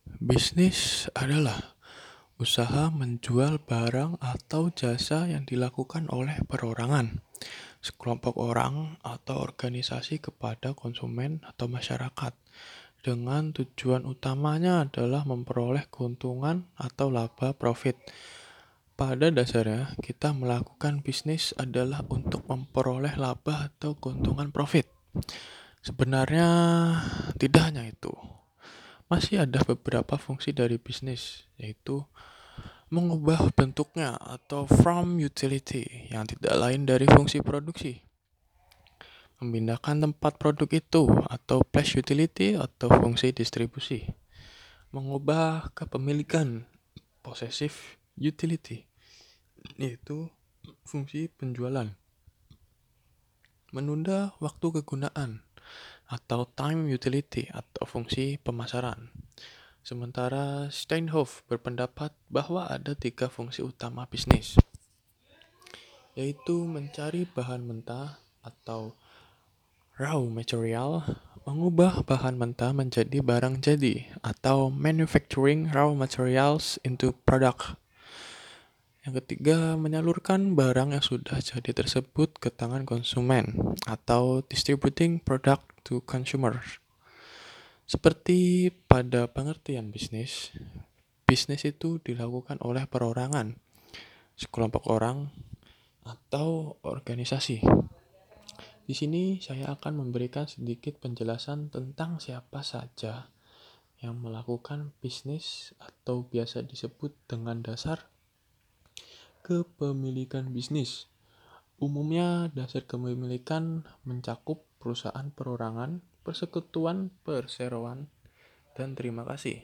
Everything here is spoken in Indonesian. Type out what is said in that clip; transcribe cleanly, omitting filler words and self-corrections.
Bisnis adalah usaha menjual barang atau jasa yang dilakukan oleh perorangan, sekelompok orang, atau organisasi kepada konsumen atau masyarakat, dengan tujuan utamanya adalah memperoleh keuntungan atau laba profit. Pada dasarnya, kita melakukan bisnis adalah untuk memperoleh laba atau keuntungan profit. Sebenarnya tidak hanya itu. Masih ada beberapa fungsi dari bisnis, yaitu mengubah bentuknya atau from utility yang tidak lain dari fungsi produksi, memindahkan tempat produk itu atau place utility atau fungsi distribusi, mengubah kepemilikan possessive utility yaitu fungsi penjualan, menunda waktu kegunaan atau time utility atau fungsi pemasaran. Sementara Steinhoff berpendapat bahwa ada 3 fungsi utama bisnis, yaitu mencari bahan mentah atau raw material, mengubah bahan mentah menjadi barang jadi atau manufacturing raw materials into product. Yang ketiga, menyalurkan barang yang sudah jadi tersebut ke tangan konsumen atau distributing product to consumers. Seperti pada pengertian bisnis, bisnis itu dilakukan oleh perorangan, sekelompok orang, atau organisasi. Di sini saya akan memberikan sedikit penjelasan tentang siapa saja yang melakukan bisnis atau biasa disebut dengan dasar kepemilikan bisnis. Umumnya, dasar kepemilikan mencakup perusahaan perorangan, persekutuan, perseroan, dan terima kasih.